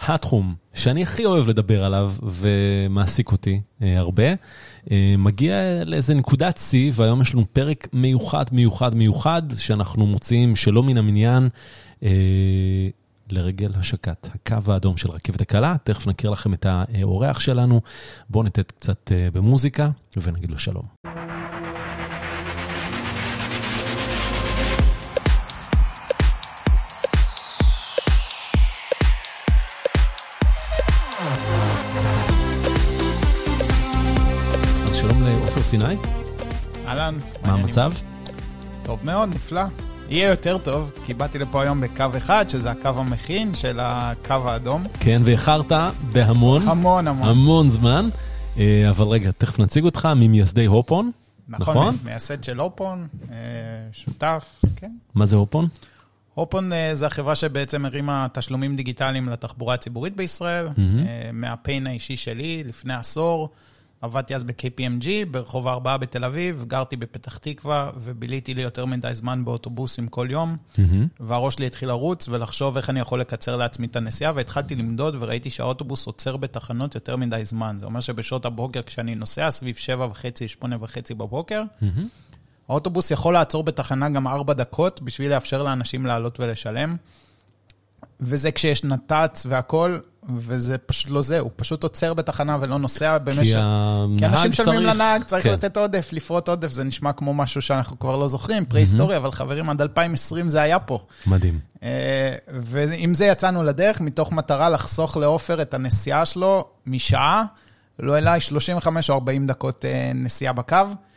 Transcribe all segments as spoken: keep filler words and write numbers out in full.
התחום שאני הכי אוהב לדבר עליו ומעסיק אותי הרבה, מגיע לאיזה נקודת שיא, והיום יש לנו פרק מיוחד, מיוחד, מיוחד, שאנחנו מוצאים שלא מן המניין לרגל השקת הקו האדום של רכבת הקלה. תכף נכיר לכם את האורח שלנו. בואו נתת קצת במוזיקה ונגיד לו שלום. אז שלום לאופר סיני. אהלן. מה המצב? טוב מאוד, נפלא. יהיה יותר טוב, כי באתי לפה היום בקו אחד, שזה הקו המכין של הקו האדום. כן, ואיחרת בהמון. המון, המון. המון זמן. אבל רגע, תכף נציג אותך ממייסדי הופון. נכון, נכון? מייסד של הופון, שותף, כן. מה זה הופון? הופון זה החברה שבעצם הרימה תשלומים דיגיטליים לתחבורה הציבורית בישראל, mm-hmm. מהפיין האישי שלי לפני עשור. עבדתי אז ב-קיי פי אם ג'י, ברחוב הארבעה בתל אביב, גרתי בפתח תקווה, וביליתי לי יותר מדי זמן באוטובוסים כל יום, mm-hmm. והראש לי התחיל לרוץ, ולחשוב איך אני יכול לקצר לעצמי את הנסיעה, והתחלתי למדוד, וראיתי שהאוטובוס עוצר בתחנות יותר מדי זמן. זה אומר שבשעות הבוקר, כשאני נוסע, סביב שבע וחצי, שמונה וחצי בבוקר, mm-hmm. האוטובוס יכול לעצור בתחנה גם ארבע דקות, בשביל לאפשר לאנשים לעלות ולשלם, וזה כשיש נת"צ והכל, וזה פשוט לא זה, הוא פשוט עוצר בתחנה ולא נוסע במשך... כי אנשים שלמים לנהג, צריך לתת עודף, לפרוט עודף, זה נשמע כמו משהו שאנחנו כבר לא זוכרים, פרה-היסטוריה, אבל חברים, עד אלפיים ועשרים זה היה פה. מדהים. ועם זה יצאנו לדרך, מתוך מטרה לחסוך לאופר את הנסיעה שלו משעה, לא אליי שלושים וחמש או ארבעים דקות נסיעה בקו,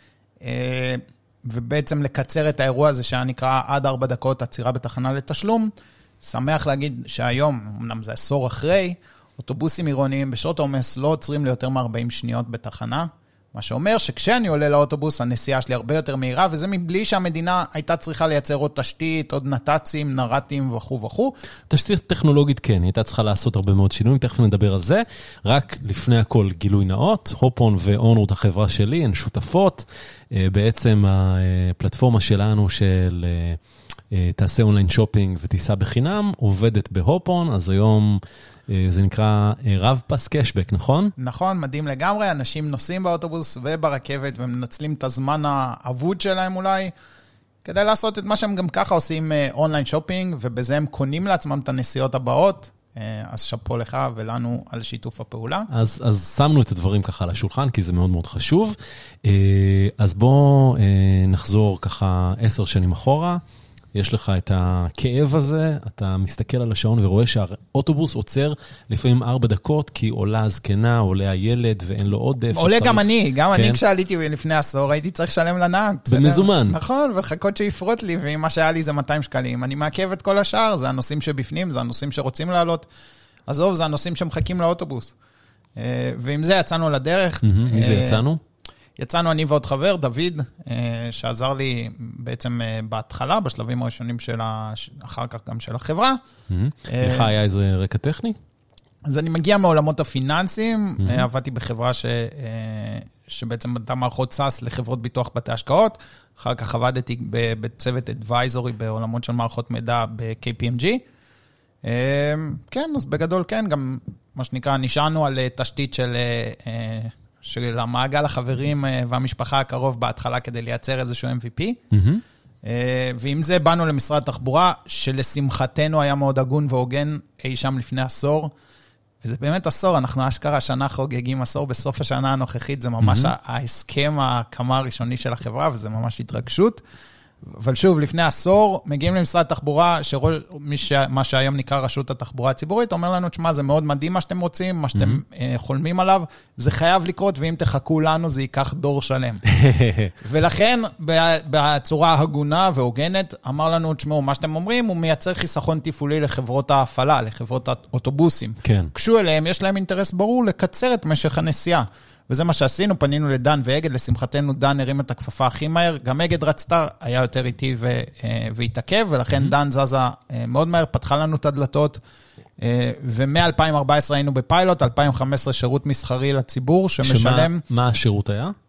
ובעצם לקצר את האירוע הזה שהיה נקרא עד ארבע דקות עצירה בתחנה לתשלום. שמח להגיד שהיום, אמנם זה עשור אחרי, אוטובוסים עירוניים בשעות עומס לא עוצרים לי יותר מ-ארבעים שניות בתחנה, מה שאומר שכשאני עולה לאוטובוס, הנסיעה שלי הרבה יותר מהירה, וזה מבלי שהמדינה הייתה צריכה לייצר עוד תשתית, עוד נת"צים, נר"תים וכו' וכו'. תשתית טכנולוגית כן, הייתה צריכה לעשות הרבה מאוד שינויים, תכף נדבר על זה. רק לפני הכל גילוי נאות, הופון ואונרוט החברה שלי, הן שותפות. בעצם הפלטפורמה שלנו של... תעשה אונליין שופינג ותיסע בחינם, עובדת בהופון, אז היום זה נקרא רב פס קשבק, נכון? נכון, מדהים לגמרי, אנשים נוסעים באוטובוס וברכבת, ומנצלים את הזמן האבוד שלהם אולי, כדי לעשות את מה שהם גם ככה עושים אונליין שופינג, ובזה הם קונים לעצמם את הנסיעות הבאות, אז שפו לך ולנו על שיתוף הפעולה. אז, אז שמנו את הדברים ככה על השולחן, כי זה מאוד מאוד חשוב. אז בוא נחזור ככה עשר שנים אחורה, יש לך את הכאב הזה, אתה מסתכל על השעון ורואה שהאוטובוס עוצר לפעמים ארבע דקות, כי עולה הזקנה, עולה הילד ואין לו עודף. עולה גם אני, גם אני כשעליתי לפני עשור, הייתי צריך לשלם לנהג. במזומן. נכון, וחכות שיפרוט לי, ומה שהיה לי זה מאתיים שקלים. אני מעכב את כל השאר, זה הנושאים שבפנים, זה הנושאים שרוצים לעלות. עזוב, זה הנושאים שמחכים לאוטובוס. ועם זה יצאנו לדרך. מי זה יצאנו? יצאנו אני ועוד חבר, דוד, שעזר לי בעצם בהתחלה, בשלבים הראשונים של אחר כך גם של החברה. לך היה איזה רקע טכני? אז אני מגיע מעולמות הפיננסיים, עבדתי בחברה ש... שבעצם הייתה מערכות סאס לחברות ביטוח בתי השקעות, אחר כך עבדתי בצוות אדוויזורי בעולמות של מערכות מידע ב-קיי פי אם ג'י. כן, אז בגדול כן, גם מה שנקרא, נשענו על תשתית של... של המעגל החברים והמשפחה הקרוב בהתחלה כדי לייצר איזשהו אם וי פי. Mm-hmm. ועם זה באנו למשרד התחבורה, שלשמחתנו היה מאוד הגון והוגן אי שם לפני עשור. וזה באמת עשור, אנחנו אשכרה השנה חוגגים עשור, בסוף השנה הנוכחית זה ממש mm-hmm. ההסכם ההקמה הראשוני של החברה, וזה ממש התרגשות. אבל שוב, לפני עשור, מגיעים למשרד התחבורה, מה שהיום נקרא רשות התחבורה הציבורית, אומר לנו, תשמע, זה מאוד מדהים מה שאתם רוצים, מה שאתם mm-hmm. חולמים עליו, זה חייב לקרות, ואם תחכו לנו, זה ייקח דור שלם. ולכן, בצורה הגונה והוגנת, אמר לנו, תשמעו, מה שאתם אומרים, הוא מייצר חיסכון תפעולי לחברות ההפעלה, לחברות האוטובוסים. כן. קשו אליהם, יש להם אינטרס ברור לקצר את משך הנסיעה. וזה מה שעשינו, פנינו לדן ואגד, לשמחתנו דן הרים את הכפפה הכי מהר, גם אגד רצתה, היה יותר איטי והתעכב, ולכן דן זזה מאוד מהר, פתחה לנו את הדלתות, ומ-אלפיים וארבע עשרה היינו בפיילוט, אלפיים וחמש עשרה שירות מסחרי לציבור, שמשלם... מה השירות היה?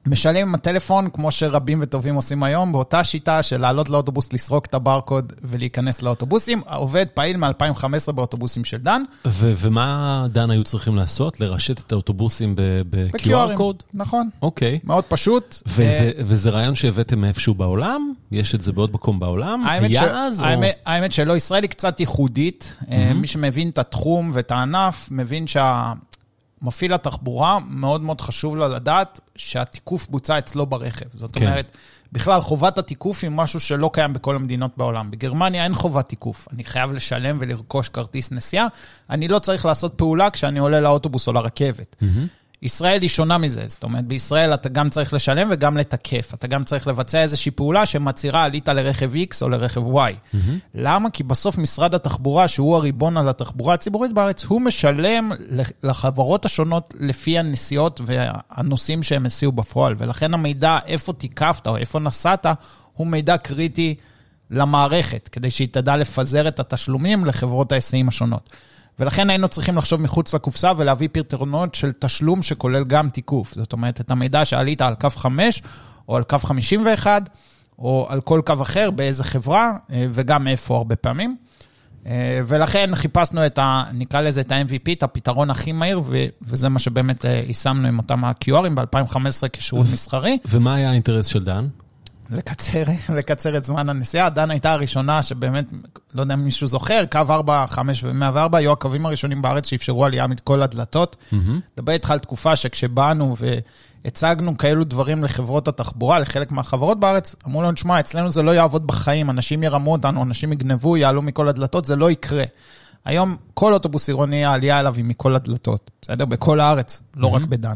משלם עם הטלפון, כמו שרבים וטובים עושים היום, באותה שיטה של לעלות לאוטובוס, לסרוק את הברקוד ולהיכנס לאוטובוסים. עובד פעיל מ-אלפיים וחמש עשרה באוטובוסים של דן. ו- ומה דן היו צריכים לעשות? לרשת את האוטובוסים ב-קיו אר קוד? נכון. אוקיי. מאוד פשוט. וזה, וזה רעיון שהבאתם מאיפשהו בעולם? יש את זה בעוד מקום בעולם? היה ש... אז? האמת, או... האמת שלא, ישראל היא קצת ייחודית. Mm-hmm. מי שמבין את התחום ואת הענף, מבין שה... מפעיל התחבורה, מאוד מאוד חשוב לו לדעת שהתיקוף בוצע אצלו ברכב. זאת כן. אומרת, בכלל חובת התיקוף היא משהו שלא קיים בכל המדינות בעולם. בגרמניה אין חובת תיקוף. אני חייב לשלם ולרכוש כרטיס נסיעה. אני לא צריך לעשות פעולה כשאני עולה לאוטובוס או לרכבת. Mm-hmm. ישראל היא שונה מזה. זאת אומרת, בישראל אתה גם צריך לשלם וגם לתקף. אתה גם צריך לבצע איזושהי פעולה שמצירה עלית לרכב X או לרכב Y. Mm-hmm. למה? כי בסוף משרד התחבורה, שהוא הריבון על התחבורה הציבורית בארץ, הוא משלם לחברות השונות לפי הנסיעות והנושאים שהם הסיעו בפועל. ולכן המידע איפה תיקפת או איפה נסעת, הוא מידע קריטי למערכת, כדי שהיא תדע לפזר את התשלומים לחברות ההיסעים השונות. ולכן היינו צריכים לחשוב מחוץ לקופסה ולהביא פתרונות של תשלום שכולל גם תיקוף. זאת אומרת, את המידע שעלית על קו חמש או על קו חמישים ואחת או על כל קו אחר באיזה חברה וגם איפה הרבה פעמים. ולכן חיפשנו את ה, נקרא לזה את ה-אם וי פי, את הפתרון הכי מהיר, וזה מה שבאמת יישמנו עם אותם ה-קיו ארים ב-אלפיים וחמש עשרה כשירות מסחרי. ומה היה האינטרס של דן? לקצר, לקצר את זמן הנסיעה. דן הייתה הראשונה שבאמת, לא יודע אם מישהו זוכר, קו ארבע, חמש ו-מאה וארבע היו הקווים הראשונים בארץ שאפשרו עלייה מכל הדלתות. דבר איתך על תקופה שכשבאנו והצגנו כאלו דברים לחברות התחבורה, לחלק מהחברות בארץ, אמרו לנו, שמע, אצלנו זה לא יעבוד בחיים, אנשים ירמו אותנו, אנשים יגנבו, יעלו מכל הדלתות, זה לא יקרה. היום כל אוטובוס עירוני העלייה אליו היא מכל הדלתות, בסדר? בכל הארץ, לא רק בדן.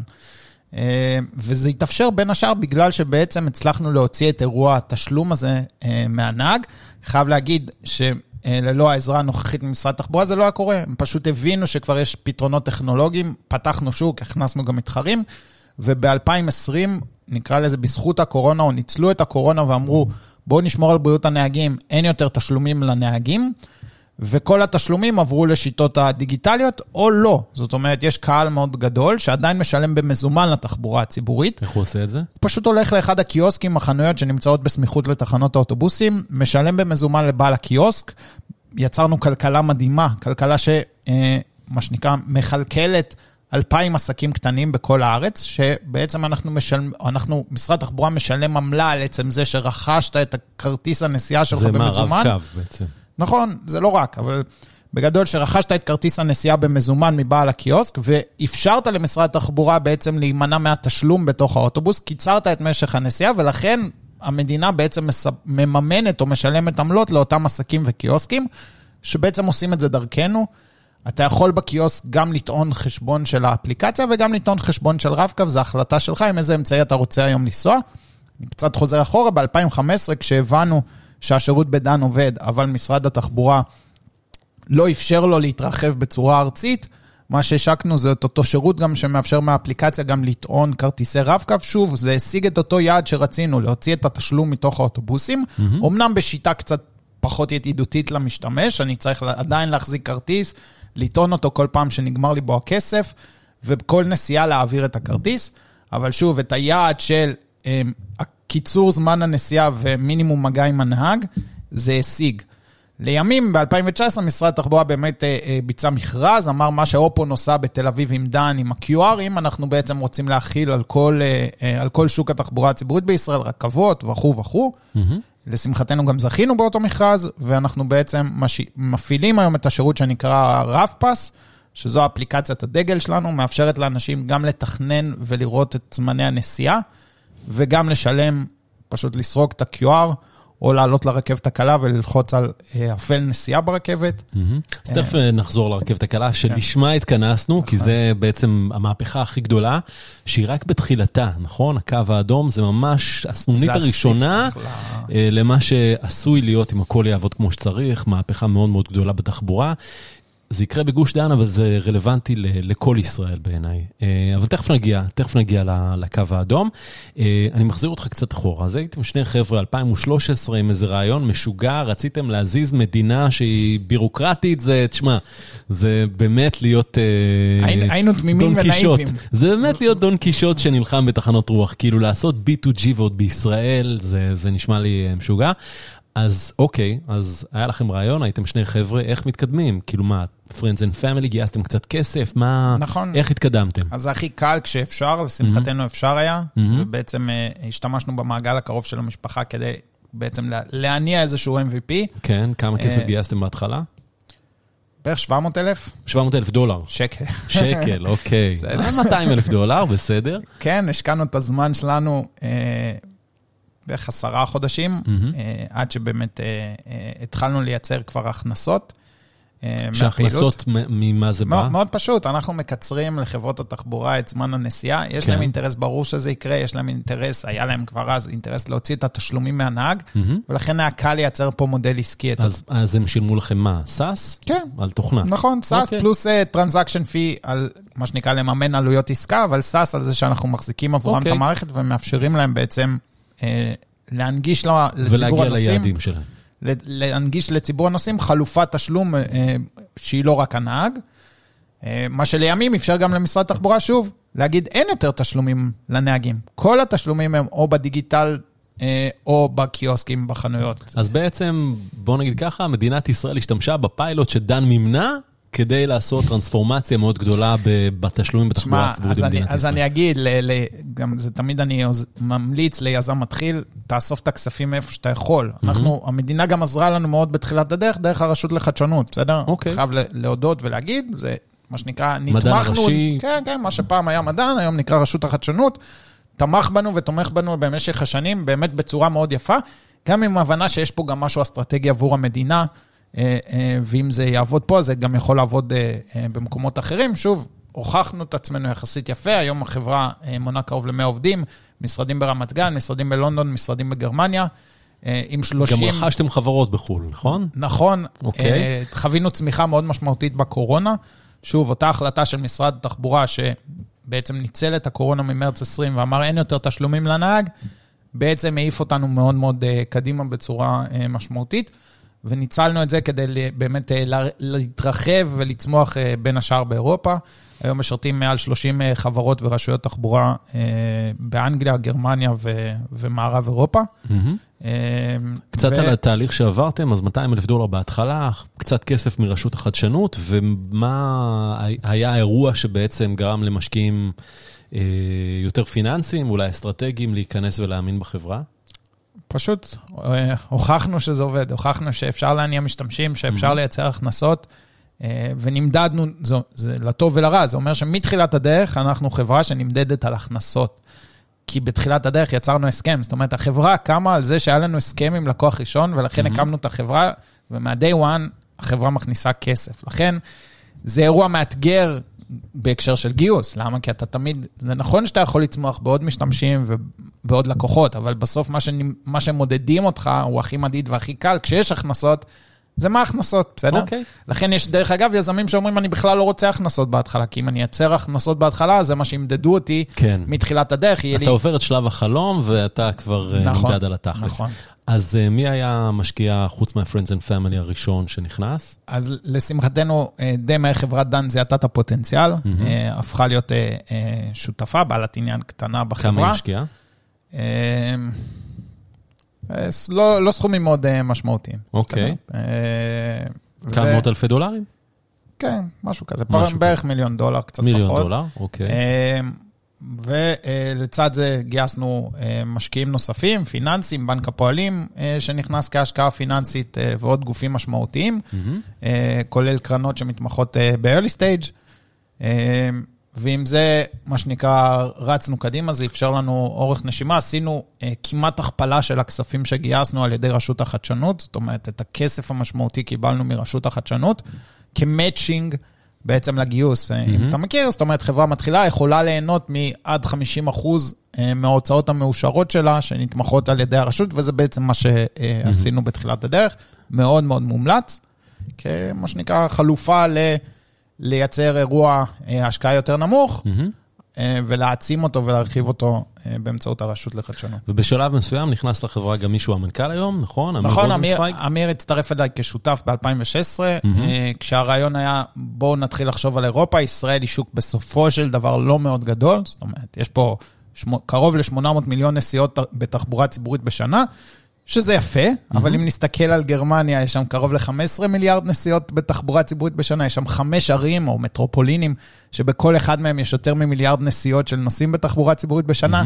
וזה יתאפשר בין השאר בגלל שבעצם הצלחנו להוציא את אירוע התשלום הזה מהנהג. חייב להגיד שללא העזרה הנוכחית ממשרד התחבורה זה לא היה קורה. הם פשוט הבינו שכבר יש פתרונות טכנולוגיים, פתחנו שוק, הכנסנו גם מתחרים, וב-אלפיים ועשרים נקרא לזה בזכות הקורונה, או ניצלו את הקורונה ואמרו בואו נשמור על בריאות הנהגים, אין יותר תשלומים לנהגים, וכל התשלומים עברו לשיטות הדיגיטליות, או לא. זאת אומרת, יש קהל מאוד גדול, שעדיין משלם במזומן לתחבורה הציבורית. איך הוא עושה את זה? פשוט הולך לאחד הקיוסקים, החנויות שנמצאות בסמיכות לתחנות האוטובוסים, משלם במזומן לבעל הקיוסק, יצרנו כלכלה מדהימה, כלכלה ש, מה שנקרא, מחלקלת אלפיים עסקים קטנים בכל הארץ, שבעצם אנחנו משלם, אנחנו, משרד התחבורה משלם עמלה על עצם זה שרכשת את הכרטיס הנסיעה שלך במזומן. זה מה רב קו בעצם. נכון, זה לא רק, אבל בגדול שרכשת את כרטיס הנסיעה במזומן מבעל הקיוסק, ואפשרת למשרד התחבורה בעצם להימנע מהתשלום בתוך האוטובוס, קיצרת את משך הנסיעה, ולכן המדינה בעצם מממנת או משלמת עמלות לאותם עסקים וקיוסקים, שבעצם עושים את זה דרכנו. אתה יכול בקיוסק גם לטעון חשבון של האפליקציה, וגם לטעון חשבון של רב-קו, זו החלטה שלך, עם איזה אמצעי אתה רוצה היום לנסוע. אני קצת חוזר אחורה, ב-אלפיים וחמש עשרה, כשהבנו שהשירות בדן עובד, אבל משרד התחבורה לא אפשר לו להתרחב בצורה ארצית, מה שהשקנו זה את אותו שירות גם שמאפשר מהאפליקציה גם לטעון כרטיסי רב-קו, שוב, זה השיג את אותו יעד שרצינו, להוציא את התשלום מתוך האוטובוסים, mm-hmm. אמנם בשיטה קצת פחות ידידותית למשתמש, אני צריך עדיין להחזיק כרטיס, לטעון אותו כל פעם שנגמר לי בו הכסף, ובכל נסיעה להעביר את הכרטיס, אבל שוב, את היעד של קיצור זמן הנסיעה ומינימום מגע עם הנהג, זה השיג. לימים, ב-אלפיים תשע עשרה, משרד התחבורה באמת ביצע מכרז, אמר מה שאופון עושה בתל אביב עם דן, עם ה-קיו ארים, אנחנו בעצם רוצים להכיל על כל, על כל שוק התחבורה הציבורית בישראל, רכבות וכו' וכו'. Mm-hmm. לשמחתנו גם זכינו באותו מכרז, ואנחנו בעצם מפעילים היום את השירות שנקרא רב-פס, שזו האפליקציית הדגל שלנו, מאפשרת לאנשים גם לתכנן ולראות את זמני הנסיעה, וגם לשלם, פשוט לסרוק את ה-קיו אר, או לעלות לרכבת הקלה וללחוץ על אפל נסיעה ברכבת. אז תכף נחזור לרכבת הקלה, שלשמה התכנסנו, כי זה בעצם המהפכה הכי גדולה, שהיא רק בתחילתה, נכון? הקו האדום זה ממש הסנונית הראשונה, למה שעשוי להיות אם הכל יעבוד כמו שצריך, מהפכה מאוד מאוד גדולה בתחבורה. זה יקרה בגוש דן, אבל זה רלוונטי לכל ישראל בעיניי. אבל תכף נגיע, תכף נגיע לקו האדום. אני מחזיר אותך קצת אחורה. אז הייתם שני חבר'ה, אלפיים ושלוש עשרה, עם איזה רעיון משוגע, רציתם להזיז מדינה שהיא בירוקרטית, זה, תשמע, זה באמת להיות היינו תמימים ונאיבים. זה באמת להיות דון קישוט שנלחם בתחנות רוח, כאילו לעשות בי טו ג'י ועוד בישראל, זה, זה נשמע לי משוגע. אז אוקיי, אז היה לכם רעיון, הייתם שני חבר'ה, איך מתקדמים? כאילו מה, Friends and Family, גייסתם קצת כסף, מה, נכון. איך התקדמתם? אז זה הכי קל כשאפשר, לשמחתנו אפשר היה, ובעצם השתמשנו במעגל הקרוב של המשפחה כדי בעצם להניע איזשהו אם וי פי. כן, כמה כסף גייסתם בהתחלה? בערך שבע מאות אלף. שבע מאות אלף דולר. שקל. שקל, אוקיי. מאתיים אלף דולר, בסדר. כן, השקענו את הזמן שלנו בערך עשרה חודשים, עד שבאמת התחלנו לייצר כבר הכנסות. שהכנסות ממה זה בא? מאוד פשוט, אנחנו מקצרים לחברות התחבורה את זמן הנסיעה, יש להם אינטרס ברור שזה יקרה, יש להם אינטרס, היה להם כבר אז אינטרס להוציא את התשלומים מהנהג, ולכן היה קל לייצר פה מודל עסקי. אז הם שילמו לכם מה? סאס? כן. על תוכנה? נכון, סאס פלוס טרנזקשן פי על מה שנקרא לממן עלויות עסקה, אבל סאס על זה שאנחנו מחזיקים עבורם את המערכת ומאפשרים להם בעצם להנגיש לציבור ולהגיע ליעדים שלהם. להנגיש לציבור הנוסעים חלופת תשלום שהיא לא רק הנהג. מה שלימים אפשר גם למשרד התחבורה שוב, להגיד אין יותר תשלומים לנהגים. כל התשלומים הם או בדיגיטל או בקיוסקים בחנויות. אז בעצם, בוא נגיד ככה, מדינת ישראל השתמשה בפיילוט שדן ממנה, כדי לעשות טרנספורמציה מאוד גדולה בתשלומים בתחבורה הציבורית במדינת ישראל. אז אני אגיד, גם זה תמיד אני ממליץ ליזם מתחיל, תאסוף את הכספים מאיפה שאתה יכול. אנחנו, המדינה גם עזרה לנו מאוד בתחילת הדרך, דרך הרשות לחדשנות, בסדר? חייב להודות ולהגיד, זה מה שנקרא, נתמכנו. מדען הראשי. כן, כן, מה שפעם היה מדען, היום נקרא רשות החדשנות, תמך בנו ותומך בנו במשך השנים, באמת בצורה מאוד יפה, גם עם הבנה שיש פה גם משהו אסטרטגי עבור המדינה, ואם זה יעבוד פה, זה גם יכול לעבוד במקומות אחרים. שוב, הוכחנו את עצמנו יחסית יפה, היום החברה מונה קרוב ל-מאה עובדים, משרדים ברמת גן, משרדים בלונדון, משרדים בגרמניה, עם שלושים... גם רכשתם חברות בחו"ל, נכון? נכון, חווינו צמיחה מאוד משמעותית בקורונה, שוב, אותה החלטה של משרד התחבורה, שבעצם ניצל את הקורונה ממרץ עשרים, ואמר אין יותר תשלומים לנהג, בעצם העיף אותנו מאוד מאוד קדימה בצורה משמעותית, וניצלנו את זה כדי באמת להתרחב ולצמוח בין השאר באירופה. היום משרתים מעל שלושים חברות ורשויות תחבורה באנגליה, גרמניה ומערב אירופה. קצת על התהליך שעברתם, אז מאתיים אלף דולר בהתחלה, קצת כסף מרשות החדשנות, ומה היה האירוע שבעצם גרם למשקיעים יותר פיננסיים, אולי אסטרטגיים, להיכנס ולהאמין בחברה? פשוט הוכחנו שזה עובד, הוכחנו שאפשר להניע משתמשים, שאפשר לייצר הכנסות, ונמדדנו, זה לטוב ולרע, זה אומר שמתחילת הדרך אנחנו חברה שנמדדת על הכנסות, כי בתחילת הדרך יצרנו הסכם, זאת אומרת, החברה קמה על זה שהיה לנו הסכם עם לקוח ראשון, ולכן הקמנו את החברה, ומה-day one החברה מכניסה כסף. לכן זה אירוע מאתגר בהקשר של גיוס. למה? כי אתה תמיד, זה נכון שאתה יכול לצמוח בעוד משתמשים ובעוד לקוחות, אבל בסוף מה, ש, מה שמודדים אותך הוא הכי מדיד והכי קל. כשיש הכנסות, זה מה הכנסות, בסדר? אוקיי. לכן יש דרך אגב יזמים שאומרים, אני בכלל לא רוצה הכנסות בהתחלה, כי אם אני אייצר הכנסות בהתחלה, זה מה שימדדו אותי כן. מתחילת הדרך. אתה לי... עובר את שלב החלום, ואתה כבר נכון, נמדד על התכלס. נכון. אז uh, מי היה המשקיע חוץ מה-Friends and Family הראשון שנכנס? אז לשמחתנו, די מהר חברת דן זיהתה את הפוטנציאל, mm-hmm. uh, הפכה להיות uh, uh, שותפה, בעלת עניין קטנה בחברה. כמה היא משקיעה? Uh, לא, לא סכומים מאוד משמעותיים. אוקיי. כמה מאות אלפי דולרים? כן, משהו כזה. בערך מיליון דולר, קצת פחות. מיליון דולר, אוקיי. ולצד זה גייסנו משקיעים נוספים, פיננסים, בנק הפועלים, שנכנס כהשקעה פיננסית ועוד גופים משמעותיים, כולל קרנות שמתמחות ב-early stage. ועם זה, מה שנקרא, רצנו קדימה, זה אפשר לנו אורך נשימה, עשינו אה, כמעט הכפלה של הכספים שגייסנו על ידי רשות החדשנות, זאת אומרת, את הכסף המשמעותי קיבלנו מרשות החדשנות, כמאצ'ינג בעצם לגיוס. Mm-hmm. אם אתה מכיר, זאת אומרת, חברה מתחילה יכולה ליהנות מעד חמישים אחוז אה, מההוצאות המאושרות שלה, שנתמכות על ידי הרשות, וזה בעצם מה שעשינו mm-hmm. בתחילת הדרך, מאוד מאוד מומלץ. כמה שנקרא חלופה ל... לייצר אירוע השקעה יותר נמוך, ולהעצים אותו ולהרחיב אותו באמצעות הרשות לחדשנות. ובשלב מסוים נכנס לחברה גם מישהו המנכ"ל היום, נכון? נכון, אמיר הצטרף אליי כשותף ב-אלפיים ושש עשרה, כשהרעיון היה, בואו נתחיל לחשוב על אירופה, ישראל היא שוק בסופו של דבר לא מאוד גדול, זאת אומרת, יש פה קרוב ל-שמונה מאות מיליון נסיעות בתחבורה ציבורית בשנה, שזה יפה, אבל אם נסתכל על גרמניה, יש שם קרוב ל-חמישה עשר מיליארד נסיעות בתחבורה ציבורית בשנה, יש שם חמש ערים או מטרופולינים, שבכל אחד מהם יש יותר ממיליארד נסיעות של נוסעים בתחבורה ציבורית בשנה,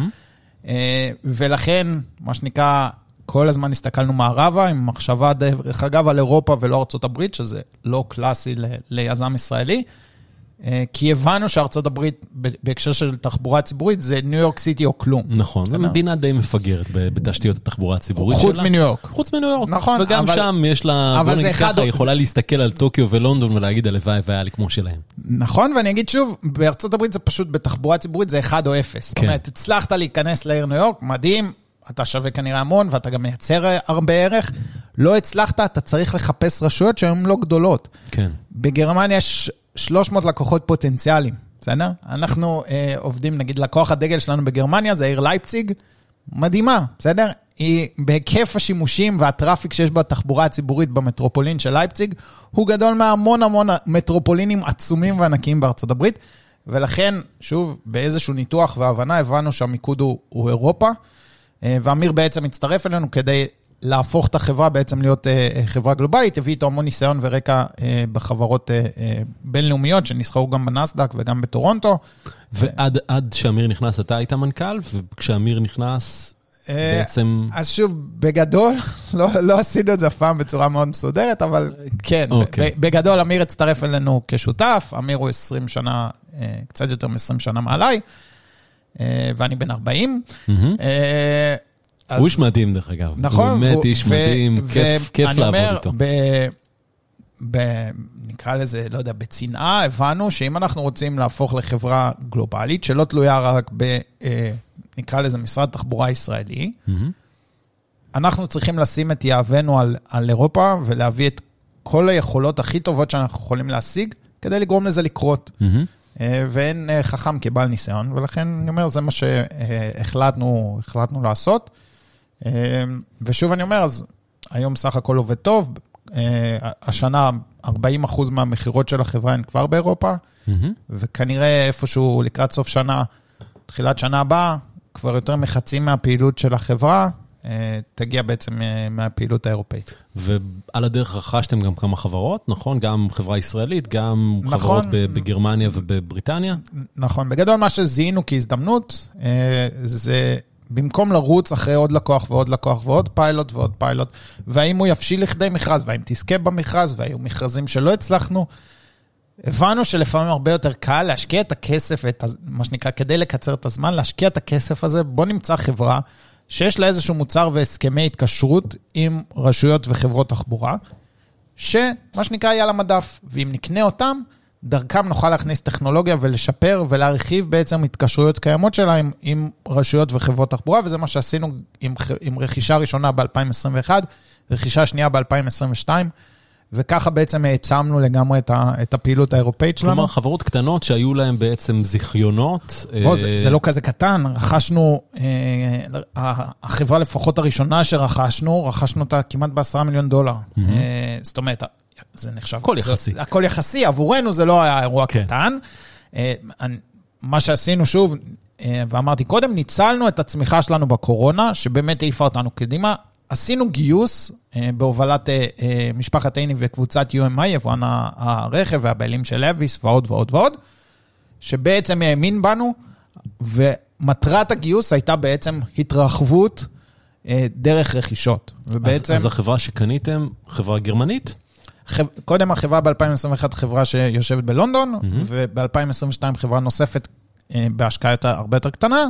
ולכן, מה שנקרא, כל הזמן הסתכלנו מערבה, עם מחשבה דרך אגב על אירופה ולא ארצות הברית, שזה לא קלאסי ליזם ישראלי, כי הבנו שארצות הברית, בהקשר של תחבורה ציבורית, זה ניו יורק סיטי או כלום. נכון, זו מדינה די מפגרת בתשתיות התחבורה הציבורית שלה. חוץ מניו יורק. חוץ מניו יורק. נכון. וגם שם יש לה, בוא נגיד ככה, יכולה להסתכל על טוקיו ולונדון ולהגיד הלוואי והיה לי כמו שלהם. נכון, ואני אגיד שוב, בארצות הברית זה פשוט, בתחבורה ציבורית זה אחד או אפס. זאת אומרת, הצלחת להיכנס לעיר ניו יורק, מדהים, אתה שווה כנראה המון, ואתה גם מייצר הרבה ערך. לא הצלחת, אתה צריך לחפש רשויות שהן לא גדולות. כן. בגרמניה יש שלוש מאות לקוחות פוטנציאליים, בסדר? אנחנו אה, עובדים, נגיד, לקוח הדגל שלנו בגרמניה, זה העיר לייפציג, מדהימה, בסדר? היא בהיקף השימושים והטראפיק שיש בתחבורה הציבורית במטרופולין של לייפציג, הוא גדול מהמון המון מטרופולינים עצומים וענקיים בארצות הברית, ולכן, שוב, באיזשהו ניתוח והבנה, הבנו שהמיקוד הוא, הוא אירופה, אה, ואמיר בעצם הצטרף אלינו כדי להפוך את החברה בעצם להיות חברה גלובלית, הביא איתו המון ניסיון ורקע בחברות בינלאומיות, שנסחרו גם בנסדק וגם בטורונטו. ועד שאמיר נכנס, אתה היית מנכ"ל, וכשאמיר נכנס, בעצם... אז שוב, בגדול, לא עשינו את זה אף פעם בצורה מאוד מסודרת, אבל כן, בגדול אמיר הצטרף אלינו כשותף, אמיר הוא עשרים שנה, קצת יותר מ-עשרים שנה מעליי, ואני בן ארבעים. הוא איש מדהים דרך אגב. נכון. באמת איש מדהים, כיף לעבוד איתו. נקרא לזה, לא יודע, בצנעה, הבנו שאם אנחנו רוצים להפוך לחברה גלובלית, שלא תלויה רק ב, נקרא לזה, משרד תחבורה ישראלי, אנחנו צריכים לשים את יהבנו על, על אירופה, ולהביא את כל היכולות הכי טובות שאנחנו יכולים להשיג, כדי לגרום לזה לקרות. ואין חכם כבעל ניסיון, ולכן אני אומר, זה מה שהחלטנו, החלטנו לעשות. ושוב אני אומר, אז היום סך הכל עובד טוב, השנה ארבעים אחוז מהמחירות של החברה הן כבר באירופה, וכנראה איפשהו לקראת סוף שנה, תחילת שנה הבאה, כבר יותר מחצי מהפעילות של החברה, תגיע בעצם מהפעילות האירופאית. ועל הדרך רכשתם גם כמה חברות, נכון? גם חברה ישראלית, גם נכון, חברות בגרמניה ובבריטניה? נכון, בגדול מה שזיהינו כהזדמנות, זה במקום לרוץ אחרי עוד לקוח ועוד לקוח ועוד פיילוט ועוד פיילוט, והאם הוא יפשיל לכדי מכרז, והאם תזכה במכרז, והיו מכרזים שלא הצלחנו, הבנו שלפעמים הרבה יותר קל להשקיע את הכסף, את מה שנקרא, כדי לקצר את הזמן, להשקיע את הכסף הזה, בוא נמצא חברה, שיש לה איזשהו מוצר והסכמי התקשרות עם רשויות וחברות תחבורה, שמה שנקרא היה למדף, ואם נקנה אותם, דרכם נוכל להכניס טכנולוגיה ולשפר ולהרחיב בעצם התקשרויות קיימות שלה עם, עם רשויות וחברות תחבורה, וזה מה שעשינו עם, עם רכישה ראשונה ב-אלפיים עשרים ואחת, רכישה שנייה ב-אלפיים עשרים ושתיים, וככה בעצם העצמנו לגמרי את, ה, את הפעילות האירופאית שלנו. כלומר, חברות קטנות שהיו להן בעצם זיכיונות. בוא, זה, זה לא כזה קטן, רכשנו, אה, החברה לפחות הראשונה שרכשנו, רכשנו אותה כמעט בעשרה מיליון דולר. Mm-hmm. אה, זאת אומרת, זה נחשב. הכל יחסי. זה, הכל יחסי, עבורנו זה לא היה אירוע כן. קטן. אה, מה שעשינו שוב, אה, ואמרתי קודם, ניצלנו את הצמיחה שלנו בקורונה, שבאמת העיפה אותנו קדימה, עשינו גיוס בהובלת משפחת עיני וקבוצת יו אם איי, יבואן הרכב והבעלים של לויס ועוד ועוד ועוד, שבעצם האמין בנו, ומטרת הגיוס הייתה בעצם התרחבות דרך רכישות. ובעצם, אז, אז החברה שקניתם, חברה גרמנית? קודם החברה ב-אלפיים עשרים ואחת חברה שיושבת בלונדון, mm-hmm. וב-אלפיים עשרים ושתיים חברה נוספת בהשקעה הרבה יותר קטנה,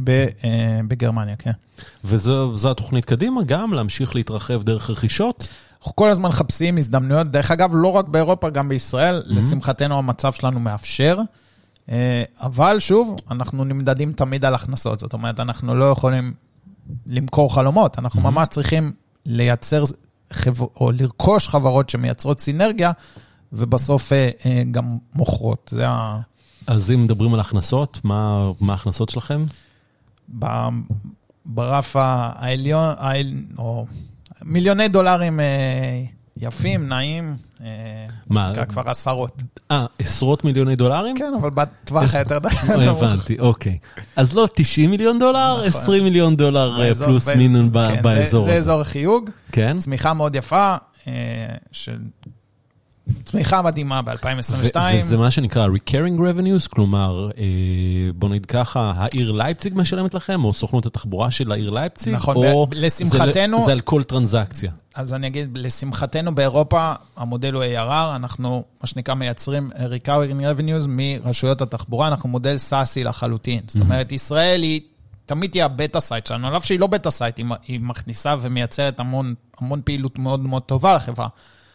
בגרמניה, כן. וזו התוכנית קדימה גם, להמשיך להתרחב דרך רכישות? אנחנו כל הזמן חפשים הזדמנויות, דרך אגב, לא רק באירופה, גם בישראל, לשמחתנו המצב שלנו מאפשר, אבל שוב, אנחנו נמדדים תמיד על הכנסות, זאת אומרת, אנחנו לא יכולים למכור חלומות, אנחנו ממש צריכים לייצר או לרכוש חברות שמייצרות סינרגיה, ובסוף גם מוכרות. זה ה... אז אם מדברים על הכנסות, מה, מה ההכנסות שלכם? ברף העליון, או מיליוני דולרים יפים, נעים, מה? כבר עשרות. אה, עשרות מיליוני דולרים? כן, אבל בטווח היותר דולר. הבנתי, אוקיי. אז לא תשעים מיליון דולר, עשרים מיליון דולר פלוס מינון באזור. זה אזור חיוג. כן. צמיחה מאוד יפה, של... צמיחה מדהימה ב-אלפיים עשרים ושתיים. וזה מה שנקרא recurring revenues, כלומר, בוא נגיד ככה, העיר לייפציג משלמת לכם, או סוכנות התחבורה של העיר לייפציג, נכון, או לשמחתנו, זה על כל טרנזקציה. אז אני אגיד, לשמחתנו באירופה, המודל הוא איי אר אר, אנחנו, מה שנקרא, מייצרים recurring revenues מרשויות התחבורה, אנחנו מודל סאסי לחלוטין. זאת אומרת, ישראל היא, תמיד תהיה הבטה סייט שלנו, עליו שהיא לא בטה סייט, היא מכניסה ומייצרת המון, המון פעילות מאוד מאוד טובה לחברה.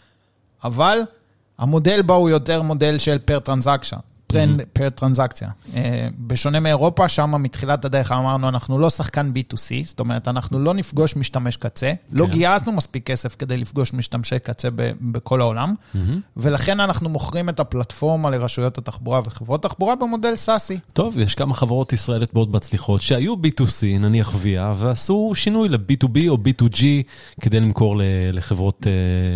אבל המודל בה הוא יותר מודל של פר טרנזקציה, פר טרנזקציה. בשונה מאירופה, שם מתחילת הדרך אמרנו, אנחנו לא שחקן בי טו סי, זאת אומרת, אנחנו לא נפגוש משתמש קצה, לא גייסנו מספיק כסף כדי לפגוש משתמשי קצה בכל העולם, ולכן אנחנו מוכרים את הפלטפורמה לרשויות התחבורה וחברות תחבורה במודל סאסי. טוב, יש כמה חברות ישראלית מאוד מצליחות, שהיו בי טו סי, נניח ויה, ועשו שינוי ל-בי טו בי או בי טו ג'י, כדי למכור לחברות,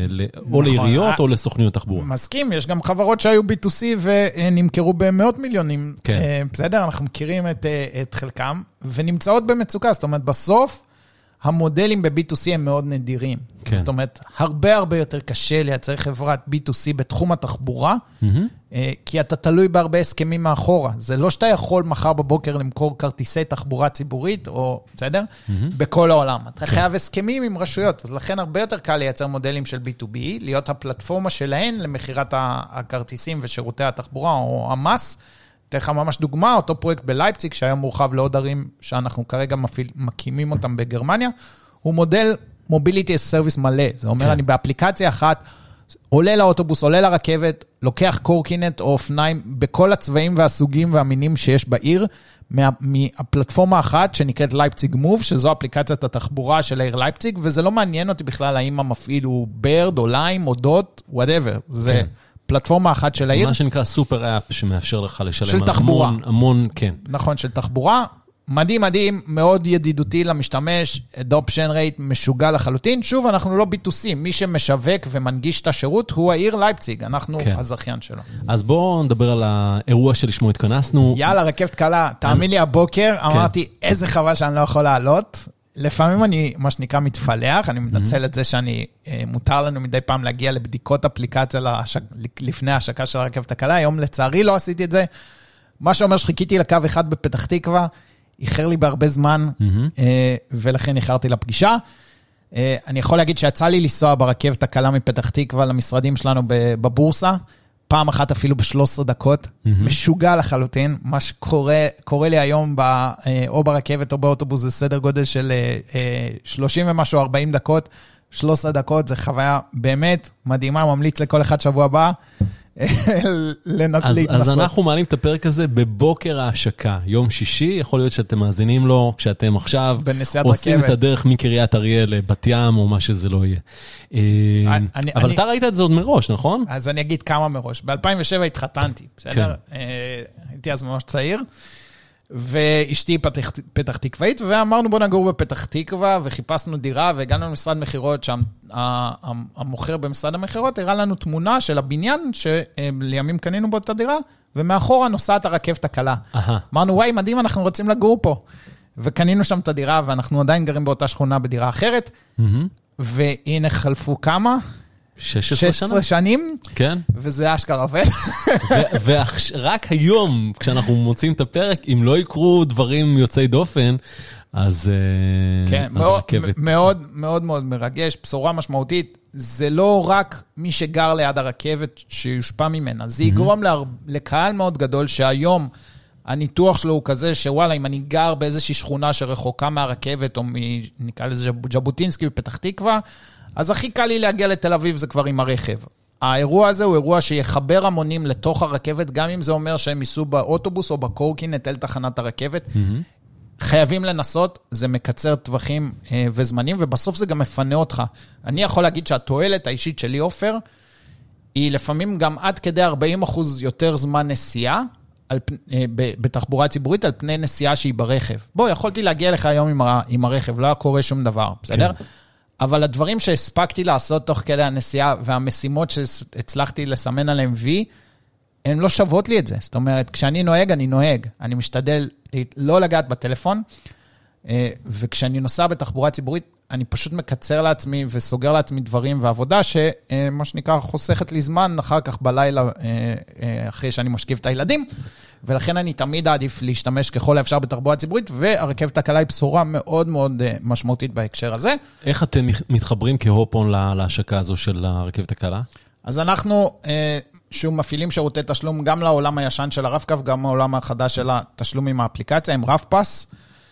או לעיריות או לסוכניות תחבורה. מסכים, יש גם חברות שהיו בי טו סי ונמכרו במאות מיליונים. כן. בסדר, אנחנו מכירים את, את חלקם, ונמצאות במצוקה. זאת אומרת, בסוף, המודלים ב-בי טו סי הם מאוד נדירים. כן. זאת אומרת, הרבה הרבה יותר קשה לייצר חברת בי טו סי בתחום התחבורה, mm-hmm. כי אתה תלוי בהרבה הסכמים מאחורה. זה לא שאתה יכול מחר בבוקר למכור כרטיסי תחבורה ציבורית, או, בסדר? Mm-hmm. בכל העולם. אתה כן. חייב הסכמים עם רשויות, אז לכן הרבה יותר קל לייצר מודלים של בי טו בי, להיות הפלטפורמה שלהן למחירת הכרטיסים ושירותי התחבורה, או המס. אתן לך ממש דוגמה, אותו פרויקט בלייפציג, שהיה מורחב לעוד ערים שאנחנו כרגע מפעיל, מקימים אותם בגרמניה, הוא מודל mobility as service מלא. זה אומר, כן. אני באפליקציה אחת, עולה לאוטובוס, עולה לרכבת, לוקח קורקינט או אופניים, בכל הצבעים והסוגים והמינים שיש בעיר, מה, מהפלטפורמה אחת שנקראת לייפציג מוב, שזו אפליקציית התחבורה של העיר לייפציג, וזה לא מעניין אותי בכלל האם המפעיל הוא ברד או ליים או דוט, whatever. זה... כן. פלטפורמה אחת של העיר. מה שנקרא סופר אפ שמאפשר לך לשלם של תחבורה. המון, המון, כן. נכון, של תחבורה. מדהים, מדהים, מאוד ידידותי למשתמש, adoption rate משוגע לחלוטין. שוב, אנחנו לא בי טו סי, מי שמשווק ומנגיש את השירות הוא העיר לייפציג, אנחנו כן. הזכיין שלו. אז בואו נדבר על האירוע שלשמו התכנסנו. יאללה, רכבת קלה, תאמין לי הבוקר, אמרתי, כן. איזה חבל שאני לא יכול לעלות. לפעמים אני, מה שנקרא, מתפלח, אני מנצל את זה שאני, מותר לנו מדי פעם להגיע לבדיקות אפליקציה לפני ההשקה של הרכבת הקלה, היום לצערי לא עשיתי את זה, מה שאומר שחיכיתי לקו אחד בפתח תקווה, איחר לי בהרבה זמן, ולכן איחרתי לפגישה. אני יכול להגיד שיצא לי לנסוע ברכבת הקלה מפתח תקווה למשרדים שלנו בבורסה, פעם אחת אפילו ב-שלוש עשרה דקות, משוגע לחלוטין, מה שקורה קורה לי היום או ברכבת או באוטובוס, זה סדר גודל של שלושים ומשהו, ארבעים דקות, שלוש עשרה דקות, זה חוויה באמת מדהימה, ממליץ לכל אחד שבוע הבא, אז, אז אנחנו מעלים את הפרק הזה בבוקר ההשקה, יום שישי, יכול להיות שאתם מאזינים לו, כשאתם עכשיו עושים את הדרך מקריית אריאל לבת ים, או מה שזה לא יהיה. אני, אבל אני, אתה ראית את זה עוד מראש, נכון? אז אני אגיד כמה מראש. ב-אלפיים ושבע התחתנתי, בסדר? כן. הייתי אז ממש צעיר, ואשתי פתח, פתח תקוואית, ואמרנו בוא נגור בפתח תקווה, וחיפשנו דירה, והגענו למשרד מחירות, שם המוכר במשרד המחירות, הראה לנו תמונה של הבניין, שלימים קנינו בו את הדירה, ומאחורה נוסעת הרכבת הקלה. אמרנו, וואי, מדהים, אנחנו רוצים לגור פה. וקנינו שם את הדירה, ואנחנו עדיין גרים באותה שכונה בדירה אחרת, והנה חלפו כמה? שש עשרה שנה? שש עשרה שנים, כן. וזה אשכרה עובד. ורק היום, כשאנחנו מוצאים את הפרק, אם לא יקרו דברים יוצאי דופן, אז הרכבת. מאוד מאוד מאוד מרגש, בשורה משמעותית, זה לא רק מי שגר ליד הרכבת שיושפע ממנה, זה יגרום לקהל מאוד גדול שהיום הניתוח שלו הוא כזה שוואלה, אם אני גר באיזושהי שכונה שרחוקה מהרכבת, או נקרא לזה ז'בוטינסקי בפתח תקווה, אז הכי קל לי להגיע לתל אביב, זה כבר עם הרכב. האירוע הזה הוא אירוע שיחבר המונים לתוך הרכבת, גם אם זה אומר שהם ייסעו באוטובוס או בקורקינט אל תחנת הרכבת. חייבים לנסות, זה מקצר טווחים וזמנים, ובסוף זה גם מפנה אותך. אני יכול להגיד שהתועלת האישית שלי, עופר, היא לפעמים גם עד כדי ארבעים אחוז יותר זמן נסיעה, על, בתחבורה ציבורית, על פני נסיעה שהיא ברכב. בוא, יכולתי להגיע לך היום עם, ה, עם הרכב, לא קורה שום דבר, בסדר? כן. אבל הדברים שהספקתי לעשות תוך כדי הנסיעה, והמשימות שהצלחתי לסמן עליהם וי, הן לא שוות לי את זה. זאת אומרת, כשאני נוהג, אני נוהג. אני משתדל לא לגעת בטלפון, וכשאני נוסע בתחבורה ציבורית, אני פשוט מקצר לעצמי וסוגר לעצמי דברים ועבודה, שמה שנקרא חוסכת לי זמן, אחר כך בלילה, אחרי שאני משכיב את הילדים, ולכן אני תמיד עדיף להשתמש ככל האפשר בתחבורה ציבורית, והרכבת הקלה היא בשורה מאוד מאוד משמעותית בהקשר הזה. איך אתם מתחברים כהופ-און להשקה הזו של הרכבת הקלה? אז אנחנו, שוב, מפעילים שירותי תשלום גם לעולם הישן של הרב-קו, גם לעולם החדש של התשלום עם האפליקציה, עם רב-פס.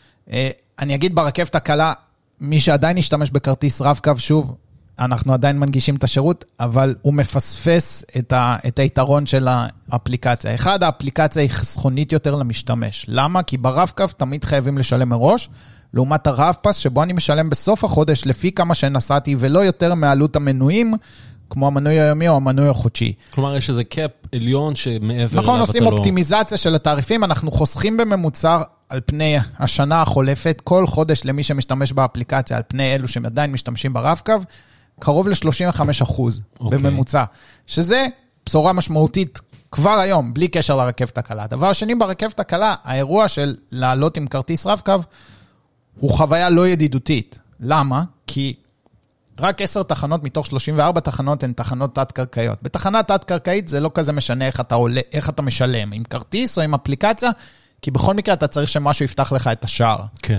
אני אגיד ברכבת הקלה, מי שעדיין ישתמש בכרטיס רב-קו, שוב, אנחנו עדיין מנגישים את השירות, אבל הוא מפספס את, ה, את היתרון של האפליקציה. אחד, האפליקציה היא חסכונית יותר למשתמש. למה? כי ברב-קו תמיד חייבים לשלם מראש, לעומת הרב-פס, שבו אני משלם בסוף החודש, לפי כמה שנסעתי, ולא יותר מעלות המנויים, כמו המנוי היומי או המנוי החודשי. כלומר, יש איזה קאפ עליון שמעבר... נכון, עושים אופטימיזציה של התעריפים, אנחנו חוסכים בממוצע על פני השנה החולפת, כל חודש למי שמשתמש באפליקציה, על פני אלו שעדיין משתמשים ברב-קו, קרוב ל-שלושים וחמישה אחוז בממוצע, שזה בשורה משמעותית כבר היום, בלי קשר לרכבת הקלה. הדבר השני ברכבת הקלה, האירוע של לעלות עם כרטיס רב-קו, הוא חוויה לא ידידותית. למה? כי רק עשר תחנות מתוך שלושים וארבע תחנות הן תחנות תת-קרקעיות. בתחנה תת-קרקעית זה לא כזה משנה איך אתה עולה, איך אתה משלם, עם כרטיס או עם אפליקציה, כי בכל מקרה אתה צריך שמשהו יפתח לך את השער. כן.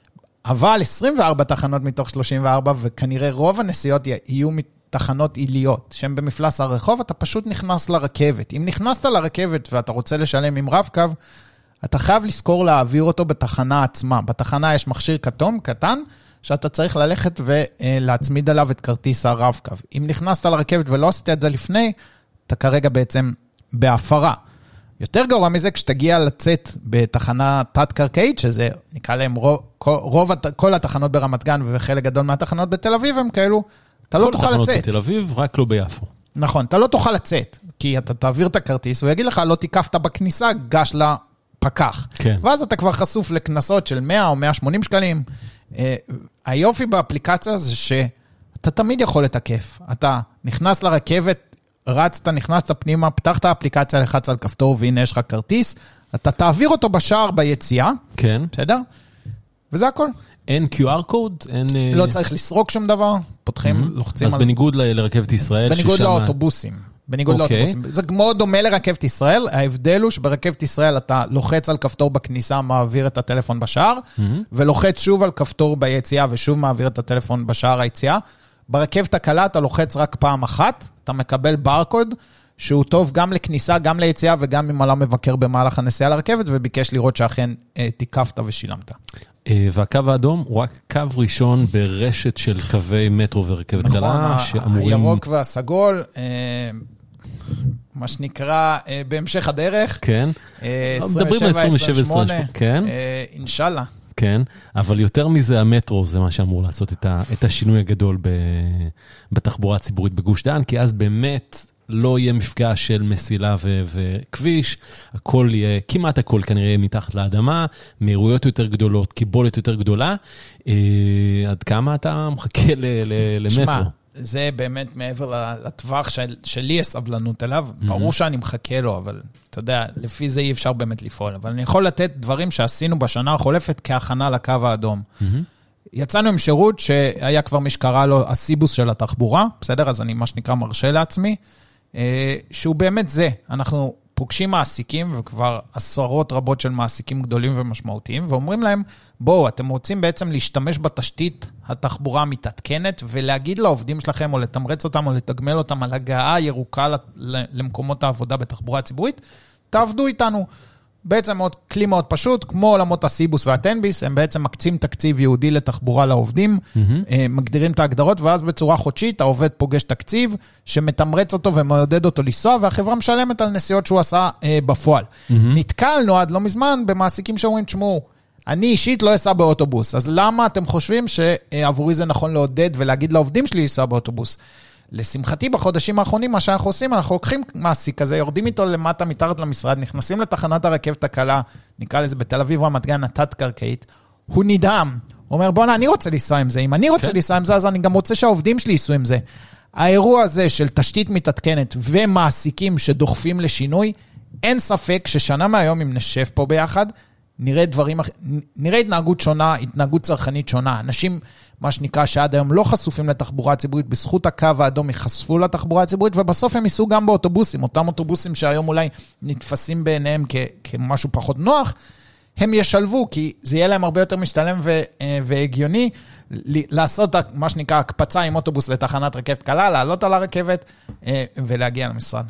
אבל עשרים וארבע תחנות מתוך שלושים וארבע, וכנראה רוב הנסיעות יהיו תחנות עיליות, שהן במפלס הרחוב, אתה פשוט נכנס לרכבת. אם נכנסת לרכבת ואתה רוצה לשלם עם רב-קו, אתה חייב לזכור להעביר אותו בתחנה עצמה. בתחנה יש מכשיר כתום, קטן, שאתה צריך ללכת ולהצמיד עליו את כרטיס הרב-קו. אם נכנסת לרכבת ולא עשית את זה לפני, אתה כרגע בעצם בהפרה. יותר גרוע מזה, כשתגיע לצאת בתחנה תת-קרקעית, שזה נקרא להם רוב, רוב, כל התחנות ברמת גן, וחלק גדול מהתחנות בתל אביב, הם כאלו, אתה לא תוכל לצאת. כל התחנות בתל אביב, רק לא ביפו. נכון, אתה לא תוכל לצאת, כי אתה תעביר את הכרטיס, הוא יגיד לך, לא תיקפת בכניסה, גש לפקח. כן. ואז אתה כבר חשוף לכנסות של מאה או מאה ושמונים שקלים. היופי באפליקציה זה שאתה תמיד יכול לתקף. אתה נכנס לרכבת, רצת, נכנסת פנימה, פתחת האפליקציה, לחץ על כפתור, והנה יש לך כרטיס, אתה תעביר אותו בשער ביציאה. כן. בסדר? וזה הכל. אין קיו אר קוד? אין... לא צריך לסרוק שום דבר, פותחים, mm-hmm. לוחצים אז על... אז בניגוד ל- לרכבת ישראל, בניגוד ששם... לאוטובוסים. בניגוד okay. לאוטובוסים. זה מאוד דומה לרכבת ישראל, ההבדל הוא שברכבת ישראל אתה לוחץ על כפתור בכניסה, מעביר את הטלפון בשער, mm-hmm. ולוחץ שוב על כפתור ביציאה, ושוב מעביר את הטלפון בשער היציאה. ברכבת הקלה אתה לוחץ רק פעם אחת, אתה מקבל ברקוד, שהוא טוב גם לכניסה, גם ליציאה, וגם אם עלה מבקר במהלך הנסיעה לרכבת, וביקש לראות שאכן אה, תיקפת ושילמת. אה, והקו האדום הוא רק קו ראשון ברשת של קווי מטרו ורכבת נכון, קלה, שאמורים... הירוק והסגול, אה, מה שנקרא, אה, בהמשך הדרך. כן. אה, עשרים ושבע עשרים ושמונה. כן. אה, אינשאללה. כן, אבל יותר מזה המטרו, זה מה שאמור לעשות את, ה, את השינוי הגדול ב, בתחבורה הציבורית בגוש דן, כי אז באמת לא יהיה מפגש של מסילה ו, וכביש, הכל יהיה, כמעט הכל כנראה מתחת לאדמה, מהירויות יותר גדולות, קיבולת יותר גדולה, אה, עד כמה אתה מחכה ל, ל, למטרו? שמה, זה באמת מעבר לטווח של, שלי יש סבלנות אליו, mm-hmm. ברור שאני מחכה לו, אבל אתה יודע, לפי זה אי אפשר באמת לפעול, אבל אני יכול לתת דברים שעשינו בשנה החולפת כהכנה לקו האדום. Mm-hmm. יצאנו עם שירות שהיה כבר מי שקרא לו הסיבוס של התחבורה, בסדר? אז אני מה שנקרא מרשה לעצמי, שהוא באמת זה, אנחנו פוגשים מעסיקים, וכבר עשרות רבות של מעסיקים גדולים ומשמעותיים, ואומרים להם, בואו, אתם רוצים בעצם להשתמש בתשתית התחבורה המתעדכנת, ולהגיד לעובדים שלכם, או לתמרץ אותם, או לתגמל אותם על הגעה ירוקה למקומות העבודה בתחבורה הציבורית, תעבדו איתנו. בעצם מאוד, כלי מאוד פשוט, כמו עולמות הסיבוס והטנביס, הם בעצם מקצים תקציב יהודי לתחבורה לעובדים, mm-hmm. מגדירים את ההגדרות, ואז בצורה חודשית העובד פוגש תקציב, שמתמרץ אותו ומעודד אותו לנסוע, והחברה משלמת על נסיעות שהוא עשה אה, בפועל. Mm-hmm. נתקלנו עד לא מזמן במעסיקים שאומרים, תשמעו, אני אישית לא אסע באוטובוס, אז למה אתם חושבים שעבורי זה נכון לעודד ולהגיד לעובדים שלי לנסוע באוטובוס? לשמחתי, בחודשים האחרונים, מה שאנחנו עושים, אנחנו לוקחים מעסיק כזה, יורדים איתו למטה מתחת למשרד, נכנסים לתחנת הרכבת הקלה, נקרא לזה בתל אביב רמת גן, התת-קרקעית, הוא נדהם, הוא אומר, בוא'נה, אני רוצה לנסוע עם זה, אם אני רוצה לנסוע עם זה, אז אני גם רוצה שהעובדים שלי ייסעו עם זה. האירוע הזה של תשתית מתעדכנת ומעסיקים שדוחפים לשינוי, אין ספק ששנה מהיום, אם נשב פה ביחד, נראה דברים, נראה התנהגות שונה, התנהגות צרכנית שונה. אנשים, מה שנקרא, שעד היום לא חשופים לתחבורה הציבורית, בזכות הקו האדום יחשפו לתחבורה הציבורית, ובסוף הם ייסעו גם באוטובוסים, אותם אוטובוסים שהיום אולי נתפסים בעיניהם כ- כמשהו פחות נוח, הם ישלבו, כי זה יהיה להם הרבה יותר משתלם ו- והגיוני, לעשות מה שנקרא הקפצה עם אוטובוס לתחנת רכבת קלה, לעלות על הרכבת ולהגיע למשרד.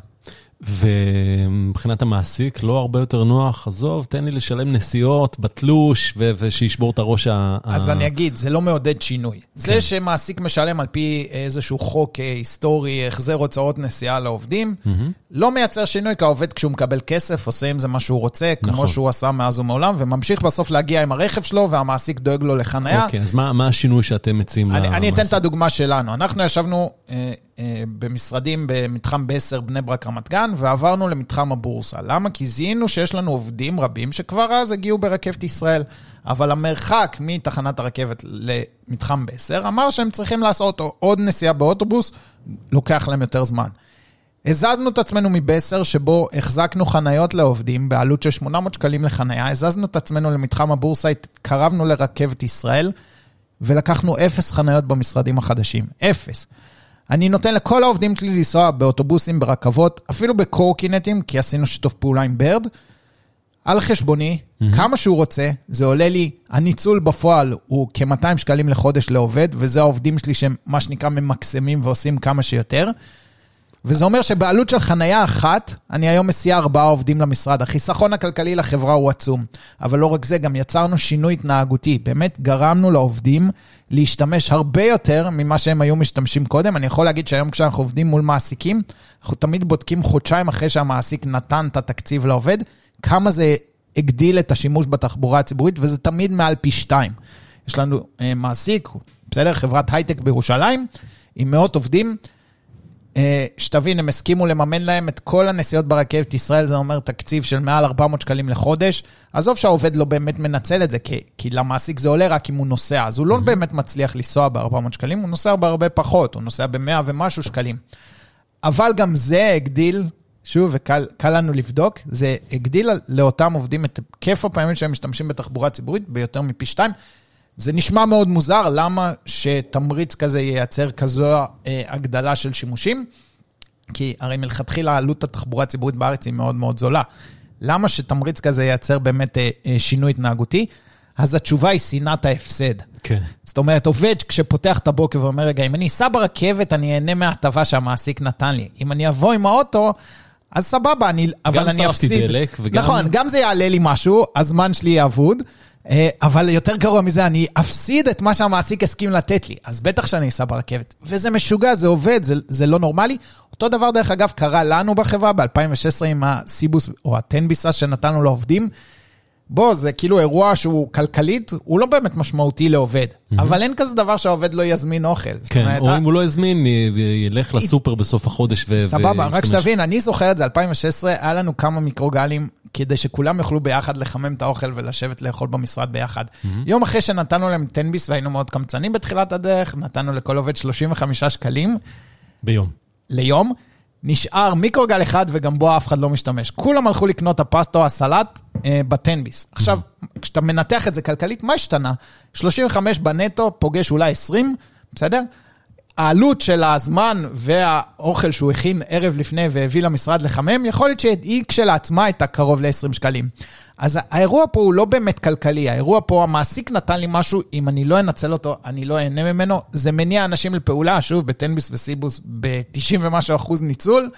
ומבחינת המעסיק, לא הרבה יותר נוח, עזוב, תן לי לשלם נסיעות בתלוש, ו- ושישבור את הראש ה... אז אני אגיד, זה לא מעודד שינוי. זה שמעסיק משלם על פי איזשהו חוק היסטורי, החזר הוצאות נסיעה לעובדים, לא מייצר שינוי, כי העובד כשהוא מקבל כסף, עושה עם זה מה שהוא רוצה, כמו שהוא עשה מאז ומעולם, וממשיך בסוף להגיע עם הרכב שלו, והמעסיק דואג לו לחניה. אוקיי, אז מה השינוי שאתם מציעים למעסיק? אני אתן את הדוגמה שלנו. אנחנו ישבנו במשרדים במתחם בעשר בני ברק רמת גן, ועברנו למתחם הבורסה. למה? כי זיהינו שיש לנו עובדים רבים שכבר אז הגיעו ברכבת ישראל, אבל המרחק מתחנת הרכבת למתחם בעשר אמר שהם צריכים לעשות עוד נסיעה באוטובוס, לוקח להם יותר זמן. הזזנו את עצמנו מבעשר שבו החזקנו חניות לעובדים בעלות של שמונה מאות שקלים לחניה, הזזנו את עצמנו למתחם הבורסה, קרבנו לרכבת ישראל, ולקחנו אפס חניות במשרדים החדשים. אפס. אני נותן לכל העובדים שלי לנסוע באוטובוסים, ברכבות, אפילו בקורקינטים, כי עשינו שיתוף פעולה עם ברד, על חשבוני, mm-hmm. כמה שהוא רוצה, זה עולה לי, הניצול בפועל הוא כ-מאתיים שקלים לחודש לעובד, וזה העובדים שלי שהם מה שנקרא ממקסמים ועושים כמה שיותר, וזה אומר שבעלות של חנייה אחת, אני היום מסיע ארבעה עובדים למשרד. החיסכון הכלכלי לחברה הוא עצום. אבל לא רק זה, גם יצרנו שינוי התנהגותי. באמת גרמנו לעובדים להשתמש הרבה יותר ממה שהם היו משתמשים קודם. אני יכול להגיד שהיום כשאנחנו עובדים מול מעסיקים, אנחנו תמיד בודקים חודשיים אחרי שהמעסיק נתן את התקציב לעובד, כמה זה הגדיל את השימוש בתחבורה הציבורית, וזה תמיד מעל פי שתיים. יש לנו אה, מעסיק, בסדר, חברת הייטק בירושלים, עם מאות עובדים, שתבין, הם הסכימו לממן להם את כל הנסיעות ברכבת ישראל, זה אומר תקציב של מעל ארבע מאות שקלים לחודש, עזוב שהעובד לא באמת מנצל את זה, כי, כי למעסיק זה עולה רק אם הוא נוסע, אז הוא לא באמת מצליח לנסוע ב-ארבע מאות שקלים, הוא נוסע בהרבה פחות, הוא נוסע ב-מאה ומשהו שקלים. אבל גם זה הגדיל, שוב, וקל קל לנו לבדוק, זה הגדיל לאותם עובדים את כיף הפעמים שהם משתמשים בתחבורה ציבורית, ביותר מפי שתיים, זה נשמע מאוד מוזר, למה שתמריץ כזה ייצר כזו הגדלה של שימושים? כי הרי מלכתחילה עלות התחבורה הציבורית בארץ היא מאוד מאוד זולה. למה שתמריץ כזה ייצר באמת שינוי התנהגותי? אז התשובה היא שנאת ההפסד. כן. זאת אומרת, עובד כשפותח את הבוקר ואומר, רגע, אם אני אסע ברכבת, אני אהנה מההטבה שהמעסיק נתן לי. אם אני אבוא עם האוטו, אז סבבה, אני, אבל אני אפסיד. גם שרפתי דלק וגם... נכון, גם זה יעלה לי משהו, הזמן שלי יעבוד, אבל יותר גרוע מזה, אני אפסיד את מה שהמעסיק הסכים לתת לי. אז בטח שאני אסע ברכבת. וזה משוגע, זה עובד, זה, זה לא נורמלי. אותו דבר, דרך אגב, קרה לנו בחברה, ב-אלפיים ושש עשרה עם הסיבוס, או הטנביסה שנתנו לעובדים. בוא, זה כאילו אירוע שהוא כלכלית, הוא לא באמת משמעותי לעובד. אבל אין כזה דבר שהעובד לא יזמין אוכל. כן, או אם הוא לא יזמין, ילך לסופר בסוף החודש. סבבה, רק שתבין, אני זוכר את זה, אלפיים ושש עשרה, היה לנו כמה מיקרוגלים, כדי שכולם יוכלו ביחד לחמם את האוכל ולשבת לאכול במשרד ביחד. יום אחרי שנתנו להם טנביס, והיינו מאוד קמצנים בתחילת הדרך, נתנו לכל עובד שלושים וחמישה שקלים. ביום. ליום. נשאר מיקרוגל אחד, וגם בו אף אחד לא משתמש. כולם הלכו לקנות הפסטה או הסלט אה, בטנביס. עכשיו, כשאתה מנתח את זה כלכלית, מה השתנה? שלושים וחמש בנטו, פוגש אולי עשרים, בסדר? העלות של הזמן והאוכל שהוא הכין ערב לפני והביא למשרד לחמם, יכול להיות שהיא כשלעצמה הייתה קרוב ל-עשרים שקלים. אז האירוע פה הוא לא באמת כלכלי, האירוע פה, המעסיק נתן לי משהו, אם אני לא אנצל אותו, אני לא אהנה ממנו, זה מניע אנשים לפעולה, שוב, בטנביס וסיבוס, ב-תשעים ומשהו אחוז ניצול,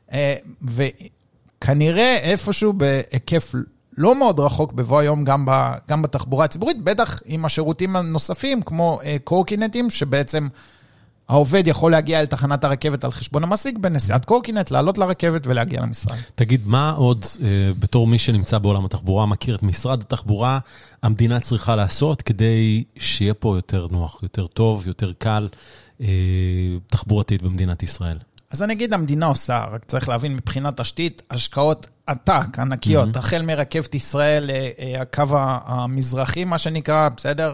וכנראה איפשהו בהיקף לא מאוד רחוק בבוא היום גם, ב, גם בתחבורה הציבורית, בטח עם השירותים הנוספים, כמו קורקינטים, שבעצם העובד יכול להגיע אל תחנת הרכבת על חשבון המעסיק, בנסיעת קורקינט, לעלות לרכבת ולהגיע למשרד. תגיד, מה עוד, בתור מי שנמצא בעולם התחבורה, מכיר את משרד התחבורה, המדינה צריכה לעשות כדי שיהיה פה יותר נוח, יותר טוב, יותר קל, תחבורתית במדינת ישראל? אז אני אגיד, המדינה עושה, רק צריך להבין מבחינת תשתית, השקעות עתק, ענקיות, החל מרכבת ישראל, הקו המזרחי, מה שנקרא, בסדר?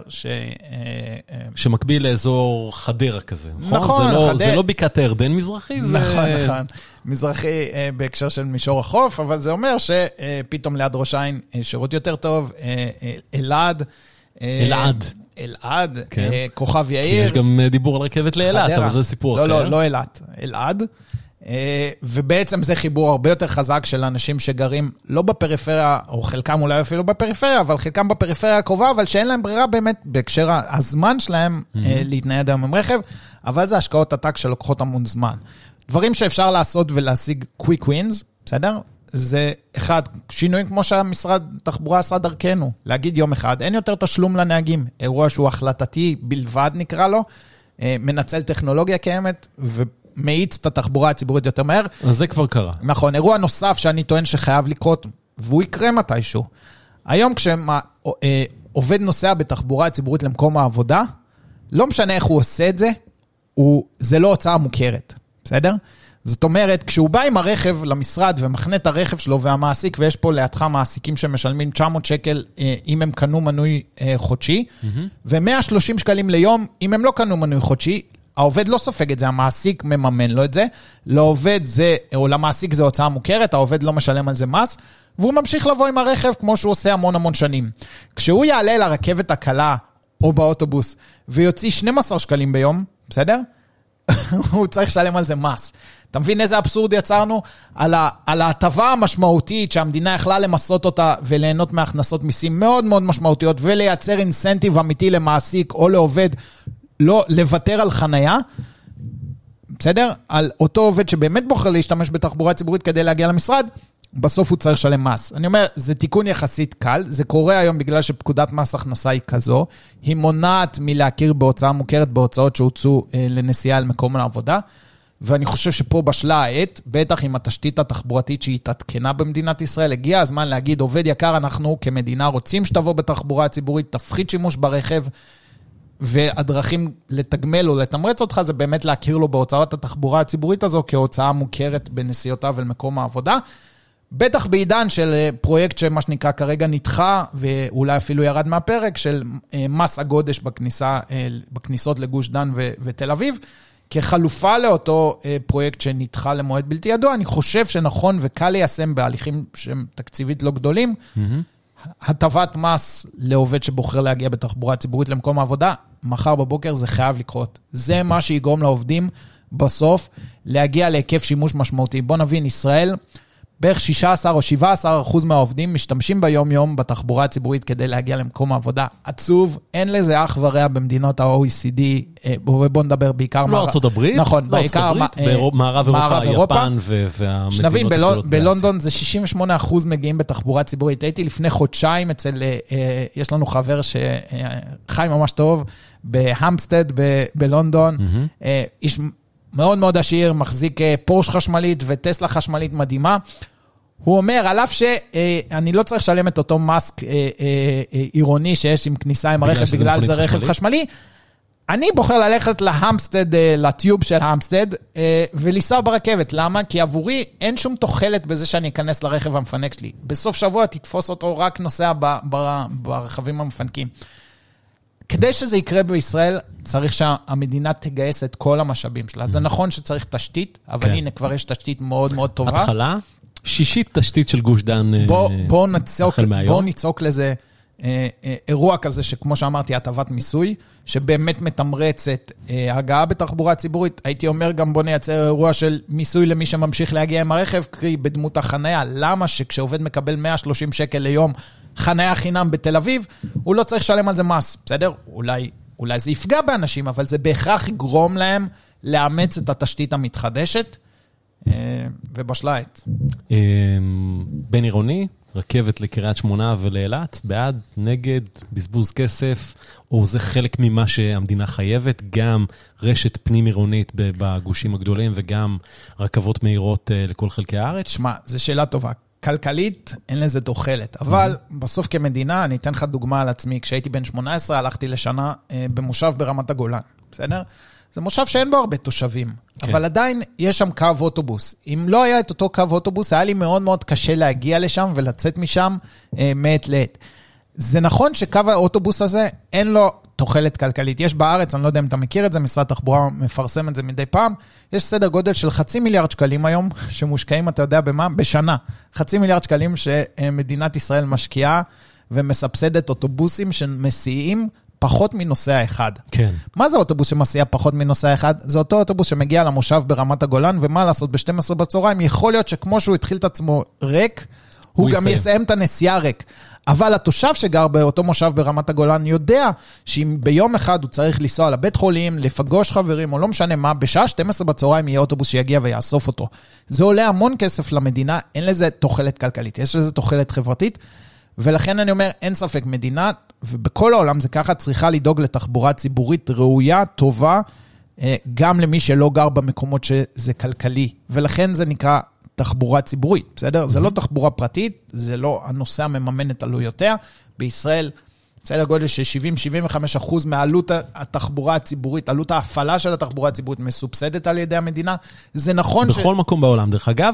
שמקביל לאזור חדרה כזה, נכון? נכון, חדרה. זה לא בקעת הירדן מזרחי? נכון, נכון. מזרחי בהקשר של מישור החוף, אבל זה אומר שפתאום ליד ראש העין שירות יותר טוב, אלעד. אלעד. אלעד, כוכב יאיר. כי יש גם דיבור על רכבת לאלעד, אבל זה סיפור אחר. לא, לא, לא אלעד, אלעד. ובעצם זה חיבור הרבה יותר חזק של אנשים שגרים לא בפריפריה, או חלקם אולי אפילו בפריפריה, אבל חלקם בפריפריה הקרובה, אבל שאין להם ברירה באמת בהקשר הזמן שלהם להתנייד היום עם רכב, אבל זה השקעות עתק שלוקחות המון זמן. דברים שאפשר לעשות ולהשיג quick wins, בסדר? זה אחד, שינויים כמו שהמשרד תחבורה עשה דרכנו, להגיד יום אחד, אין יותר תשלום לנהגים, אירוע שהוא החלטתי בלבד נקרא לו, מנצל טכנולוגיה קיימת, ומאיץ את התחבורה הציבורית יותר מהר. אז זה כבר קרה. נכון, אירוע נוסף שאני טוען שחייב לקרות, והוא יקרה מתישהו. היום כשעובד נוסע בתחבורה הציבורית למקום העבודה, לא משנה איך הוא עושה את זה, הוא, זה לא הוצאה מוכרת, בסדר? זאת אומרת, כשהוא בא עם הרכב למשרד ומכנה את הרכב שלו והמעסיק, ויש פה לידך מעסיקים שמשלמים תשע מאות שקל אם הם קנו מנוי חודשי, ו-מאה ושלושים שקלים ליום אם הם לא קנו מנוי חודשי, העובד לא סופג את זה, המעסיק מממן לו את זה, לעובד זה, או למעסיק זה הוצאה מוכרת, העובד לא משלם על זה מס, והוא ממשיך לבוא עם הרכב כמו שהוא עושה המון המון שנים. כשהוא יעלה לרכבת הקלה או באוטובוס ויוציא שנים עשר שקלים ביום, בסדר? הוא צריך לשלם על זה מס. אתה מבין איזה אבסורד יצרנו? על, ה, על ההטבה המשמעותית שהמדינה יכלה למסות אותה וליהנות מהכנסות מיסים מאוד מאוד משמעותיות ולייצר אינסנטיב אמיתי למעסיק או לעובד לא לוותר על חנייה, בסדר? על אותו עובד שבאמת בוחר להשתמש בתחבורה ציבורית כדי להגיע למשרד, בסוף הוא צריך לשלם מס. אני אומר, זה תיקון יחסית קל, זה קורה היום בגלל שפקודת מס הכנסה היא כזו, היא מונעת מלהכיר בהוצאה מוכרת בהוצאות שהוצאו אה, לנסיעה על מקום העבודה, ואני חושב שפה בשלה העת, בטח עם התשתית התחבורתית שהיא תתקנה במדינת ישראל, הגיע הזמן להגיד, עובד יקר, אנחנו כמדינה רוצים שתבוא בתחבורה הציבורית, תפחית שימוש ברכב, והדרכים לתגמל או לתמרץ אותך, זה באמת להכיר לו בהוצאות התחבורה הציבורית הזו, כהוצאה מוכרת בנסיעותיו אל מקום העבודה, בטח בעידן של פרויקט שמה שנקרא כרגע נדחה, ואולי אפילו ירד מהפרק, של מס הגודש בכניסה, בכניסות לגוש דן ו- ותל אביב, כחלופה לאותו פרויקט שנדחה למועד בלתי ידוע, אני חושב שנכון וקל ליישם בהליכים שהם תקציבית לא גדולים, הטבת מס לעובד שבוחר להגיע בתחבורה ציבורית למקום העבודה, מחר בבוקר זה חייב לקרות. זה מה שיגרום לעובדים בסוף להגיע להיקף שימוש משמעותי. בוא נבין, ישראל, בערך שישה עשר או שבעה עשר אחוז מהעובדים משתמשים ביום יום בתחבורה הציבורית כדי להגיע למקום העבודה. עצוב, אין לזה אח ורע במדינות ה-או אי סי די, ובוא נדבר בעיקר... לא ארצות הברית, נכון, בעיקר מערב אירופה, יפן והמדינות... שנבין, בלונדון זה שישים ושמונה אחוז מגיעים בתחבורה ציבורית. הייתי לפני חודשיים אצל, יש לנו חבר שחי ממש טוב, בהמפסטד בלונדון, איש... מאוד מאוד עשיר, מחזיק פורש חשמלית וטסלה חשמלית מדהימה. הוא אומר, על אף שאני לא צריך לשלם את אותו מסק עירוני שיש עם כניסה עם הרכב, בגלל זה רכב חשמלי, אני בוחר ללכת להמפסטד, לטיוב של המפסטד, ולנסוע ברכבת. למה? כי עבורי אין שום תוחלת בזה שאני אכנס לרכב המפנק שלי. בסוף שבוע תתפוס אותו רק נוסע ברכבים המפנקים. כדי שזה יקרה בישראל, צריך שהמדינה תגייס את כל המשאבים שלה. זה נכון שצריך תשתית, אבל הנה כבר יש תשתית מאוד מאוד טובה. התחלה, שישית תשתית של גוש דן בואו ניצוק לזה אירוע כזה, שכמו שאמרתי, הטבת מיסוי, שבאמת מתמרצת הגעה בתחבורה ציבורית. הייתי אומר גם בואו נייצר אירוע של מיסוי למי שממשיך להגיע עם הרכב, קרי בדמות החניה. למה שכשעובד מקבל מאה ושלושים שקל ליום, חניה חינם בתל אביב, הוא לא צריך לשלם על זה מס, בסדר? אולי, אולי זה יפגע באנשים, אבל זה בהכרח יגרום להם לאמץ את התשתית המתחדשת, ובשלה עת. בין עירוני, רכבת לקריית שמונה ולאילת, בעד, נגד, בזבוז כסף, או זה חלק ממה שהמדינה חייבת, גם רשת פנים עירונית בגושים הגדולים, וגם רכבות מהירות לכל חלקי הארץ? שמע, זו שאלה טובה. כלכלית, אין לזה תוחלת, אבל בסוף כמדינה, אני אתן לך דוגמה על עצמי, כשהייתי בן שמונה עשרה, הלכתי לשנה במושב ברמת הגולן, בסדר? זה מושב שאין בו הרבה תושבים, כן. אבל עדיין יש שם קו אוטובוס. אם לא היה את אותו קו אוטובוס, היה לי מאוד מאוד קשה להגיע לשם ולצאת משם אה, מעת לעת. זה נכון שקו האוטובוס הזה אין לו תוחלת כלכלית. יש בארץ, אני לא יודע אם אתה מכיר את זה, משרד התחבורה מפרסם את זה מדי פעם, יש סדר גודל של חצי מיליארד שקלים היום, שמושקעים, אתה יודע במה? בשנה. חצי מיליארד שקלים שמדינת ישראל משקיעה ומסבסדת אוטובוסים שמסיעים פחות מנוסע אחד. כן. מה זה אוטובוס שמסיע פחות מנוסע אחד? זה אותו אוטובוס שמגיע למושב ברמת הגולן, ומה לעשות ב-שתים עשרה בצהריים? יכול להיות שכמו שהוא התחיל את עצמו ריק, הוא, הוא גם יסיים את הנסיעה ריק. אבל התושב שגר באותו מושב ברמת הגולן יודע שאם ביום אחד הוא צריך לנסוע לבית חולים, לפגוש חברים, או לא משנה מה, בשעה שתים עשרה בצהריים יהיה אוטובוס שיגיע ויאסוף אותו. זה עולה המון כסף למדינה, אין לזה תוחלת כלכלית, יש לזה תוחלת חברתית, ולכן אני אומר, אין ספק, מדינה, ובכל העולם זה ככה, צריכה לדאוג לתחבורה ציבורית ראויה, טובה, גם למי שלא גר במקומות שזה כלכלי, ולכן זה נקרא תחבורה ציבורית, בסדר? Mm-hmm. זה לא תחבורה פרטית, זה לא הנושא המממן את עלויותיה. בישראל, בסדר גודל של שבעים עד שבעים וחמישה אחוז מעלות התחבורה הציבורית, עלות ההפעלה של התחבורה הציבורית מסובסדת על ידי המדינה. זה נכון בכל ש... מקום בעולם, דרך אגב,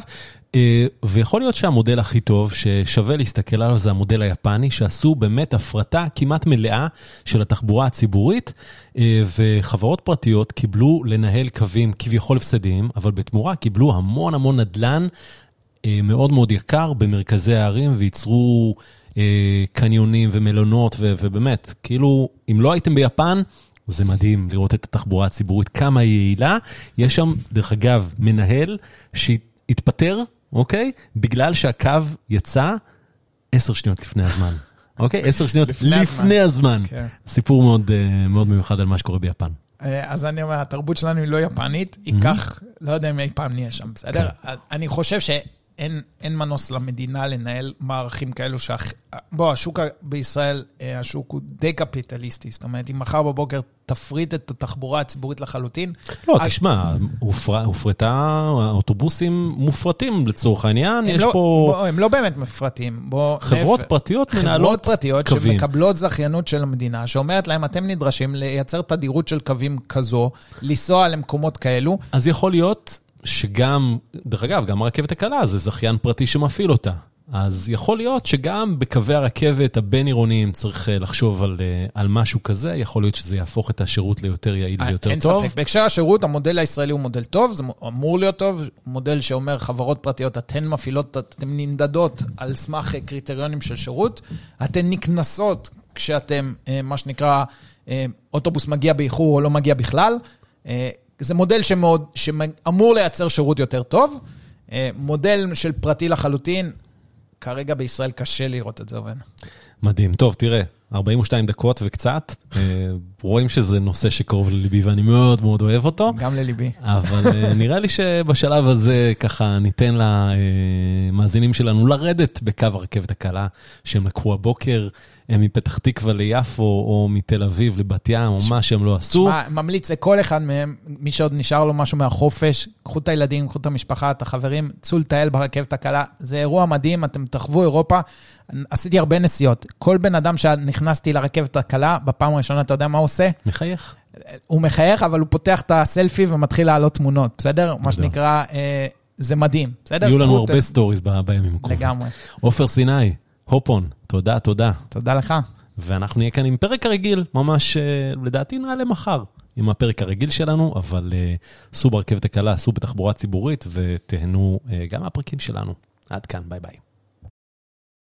ויכול להיות שהמודל הכי טוב ששווה להסתכל עליו זה המודל היפני, שעשו באמת הפרטה כמעט מלאה של התחבורה הציבורית, וחברות פרטיות קיבלו לנהל קווים כביכול הפסדיים, אבל בתמורה קיבלו המון המון נדלן מאוד מאוד יקר במרכזי הערים, וייצרו קניונים ומלונות, ובאמת, כאילו, אם לא הייתם ביפן, זה מדהים לראות את התחבורה הציבורית, כמה היא יעילה. יש שם, דרך אגב, מנהל שהתפטר, אוקיי? בגלל שהקו יצא עשר שניות לפני הזמן. אוקיי? עשר שניות לפני, לפני הזמן. הזמן. כן. סיפור מאוד, מאוד מיוחד על מה שקורה ביפן. אז אני אומר, התרבות שלנו היא לא יפנית, היא כך, לא יודע אם אי פעם נהיה שם, בסדר? אני חושב שאין אין מנוס למדינה לנהל מערכים כאלו, בוא, השוק בישראל, השוק הוא די קפיטליסטי, זאת אומרת, אם מחר בבוקר תפריט את התחבורה הציבורית לחלוטין. לא, תשמע, הופרטה, האוטובוסים מופרטים לצורך העניין, יש פה... הם לא באמת מפרטים. חברות פרטיות מנהלות קווים. חברות פרטיות שמקבלות זכיינות של המדינה, שאומרת להם, אתם נדרשים לייצר תדירות של קווים כזו, לנסוע למקומות כאלו. אז יכול להיות שגם, דרך אגב, גם הרכבת הקלה, זה זכיין פרטי שמפעיל אותה. אז יכול להיות שגם בקווי הרכבת הבין עירוניים צריך לחשוב על, על משהו כזה, יכול להיות שזה יהפוך את השירות ליותר יעיל ויותר אין טוב. אין ספק, בהקשר השירות, המודל הישראלי הוא מודל טוב, זה אמור להיות טוב, מודל שאומר חברות פרטיות, אתן מפעילות, אתן נמדדות על סמך קריטריונים של שירות, אתן נקנסות כשאתם, מה שנקרא, אוטובוס מגיע באיחור או לא מגיע בכלל, זה מודל שמאוד, שאמור לייצר שירות יותר טוב, מודל של פרטי לחלוטין, כרגע בישראל קשה לראות את זה עובד. מדהים. טוב, תראה, ארבעים ושתיים דקות וקצת, רואים שזה נושא שקרוב לליבי, ואני מאוד מאוד אוהב אותו. גם לליבי. אבל נראה לי שבשלב הזה ככה ניתן למאזינים שלנו לרדת בקו הרכבת הקלה, שהם לקחו הבוקר מפתח תקווה ליפו, או מתל אביב לבת ים, או מה שהם לא עשו. שמה, ממליץ לכל אחד מהם, מי שעוד נשאר לו משהו מהחופש, קחו את הילדים, קחו את המשפחה, את החברים, צאו לטייל ברכבת הקלה. זה אירוע מדהים, אתם תחוו אירופה. עשיתי הרבה נסיעות. כל בן אדם שנכנסתי לרכבת הקלה, בפעם הראשונה, אתה יודע מה הוא עושה? מחייך. הוא מחייך, אבל הוא פותח את הסלפי ומתחיל לעלות תמונות, בסדר? מה שנקרא, זה מדהים, בסדר? יהיו לנו הרבה סטוריז בימים הקרובים. לגמרי. עופר סיני, הופון, תודה, תודה. תודה לך. ואנחנו נהיה כאן עם פרק הרגיל, ממש, לדעתי נעלה מחר, עם הפרק הרגיל שלנו, אבל סעו ברכבת הקלה, סעו בתחבורה ציבורית, ותהנו גם מהפרקים שלנו. עד כאן, ביי ביי.